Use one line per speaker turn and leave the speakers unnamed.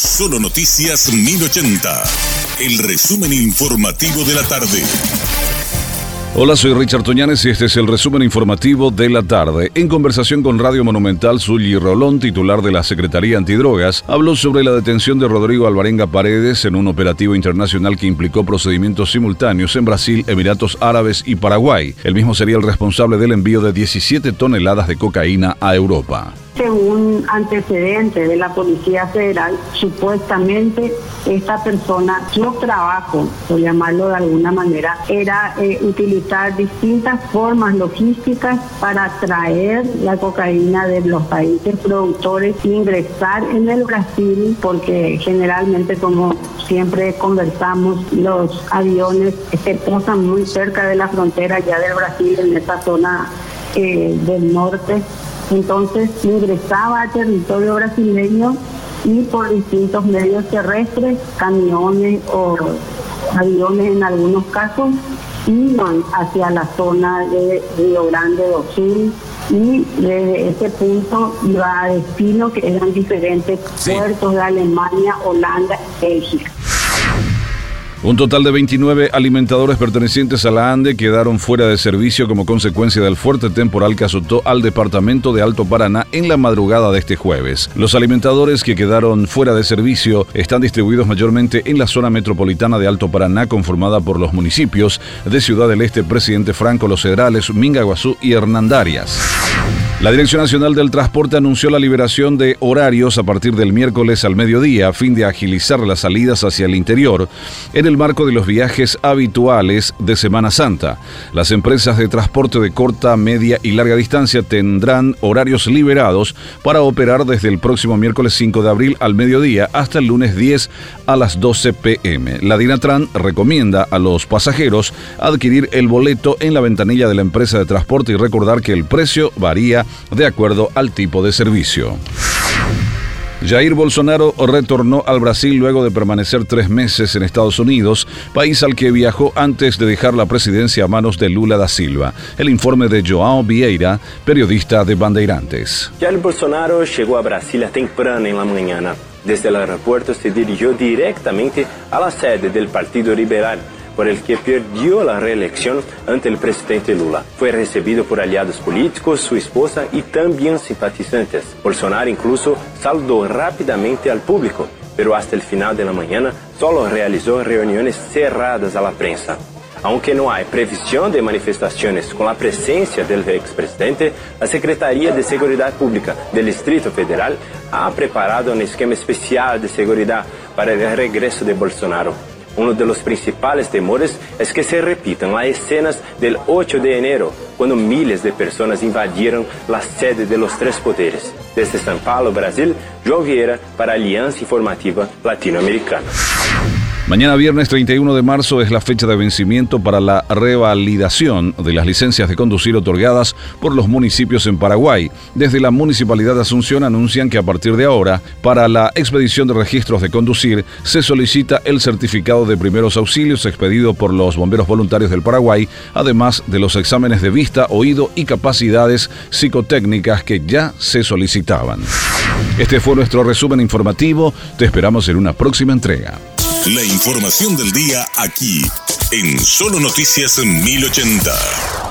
Solo Noticias 1080. El resumen informativo de la tarde.
Hola, soy Richard Toñanes y este es el resumen informativo de la tarde. En conversación con Radio Monumental, Zully Rolón, titular de la Secretaría Antidrogas, habló sobre la detención de Rodrigo Alvarenga Paredes en un operativo internacional que implicó procedimientos simultáneos en Brasil, Emiratos Árabes y Paraguay. El mismo sería el responsable del envío de 17 toneladas de cocaína a Europa.
Según antecedentes de la Policía Federal, supuestamente esta persona, su trabajo, por llamarlo de alguna manera, era utilizar distintas formas logísticas para traer la cocaína de los países productores, ingresar en el Brasil, porque generalmente, como siempre conversamos, los aviones se posan muy cerca de la frontera ya del Brasil, en esa zona del norte. Entonces ingresaba al territorio brasileño y por distintos medios terrestres, camiones o aviones en algunos casos, iban hacia la zona de Río Grande do Sul y desde ese punto iba a destino que eran diferentes puertos de Alemania, Holanda y Bélgica.
Un total de 29 alimentadores pertenecientes a la ANDE quedaron fuera de servicio como consecuencia del fuerte temporal que azotó al departamento de Alto Paraná en la madrugada de este jueves. Los alimentadores que quedaron fuera de servicio están distribuidos mayormente en la zona metropolitana de Alto Paraná, conformada por los municipios de Ciudad del Este, Presidente Franco, Los Cedrales, Mingaguazú y Hernandarias. La Dirección Nacional del Transporte anunció la liberación de horarios a partir del miércoles al mediodía a fin de agilizar las salidas hacia el interior en el marco de los viajes habituales de Semana Santa. Las empresas de transporte de corta, media y larga distancia tendrán horarios liberados para operar desde el próximo miércoles 5 de abril al mediodía hasta el lunes 10 a las 12 p.m. La DINATRAN recomienda a los pasajeros adquirir el boleto en la ventanilla de la empresa de transporte y recordar que el precio varía de acuerdo al tipo de servicio. Jair Bolsonaro retornó al Brasil luego de permanecer 3 meses en Estados Unidos, país al que viajó antes de dejar la presidencia a manos de Lula da Silva. El informe de João Vieira, periodista de Bandeirantes.
Jair Bolsonaro llegó a Brasilia temprano en la mañana. Desde el aeropuerto se dirigió directamente a la sede del Partido Liberal, por el que perdió la reelección ante el presidente Lula. Fue recibido por aliados políticos, su esposa y también simpatizantes. Bolsonaro incluso saludó rápidamente al público, pero hasta el final de la mañana solo realizó reuniones cerradas a la prensa. Aunque no hay previsión de manifestaciones con la presencia del expresidente, la Secretaría de Seguridad Pública del Distrito Federal ha preparado un esquema especial de seguridad para el regreso de Bolsonaro. Uno de los principales temores es que se repitan las escenas del 8 de enero, cuando miles de personas invadieron la sede de los 3 poderes. Desde São Paulo, Brasil, João Vieira para Alianza Informativa Latinoamericana.
Mañana viernes 31 de marzo es la fecha de vencimiento para la revalidación de las licencias de conducir otorgadas por los municipios en Paraguay. Desde la Municipalidad de Asunción anuncian que a partir de ahora, para la expedición de registros de conducir, se solicita el certificado de primeros auxilios expedido por los bomberos voluntarios del Paraguay, además de los exámenes de vista, oído y capacidades psicotécnicas que ya se solicitaban. Este fue nuestro resumen informativo. Te esperamos en una próxima entrega.
La información del día aquí, en Solo Noticias 1080.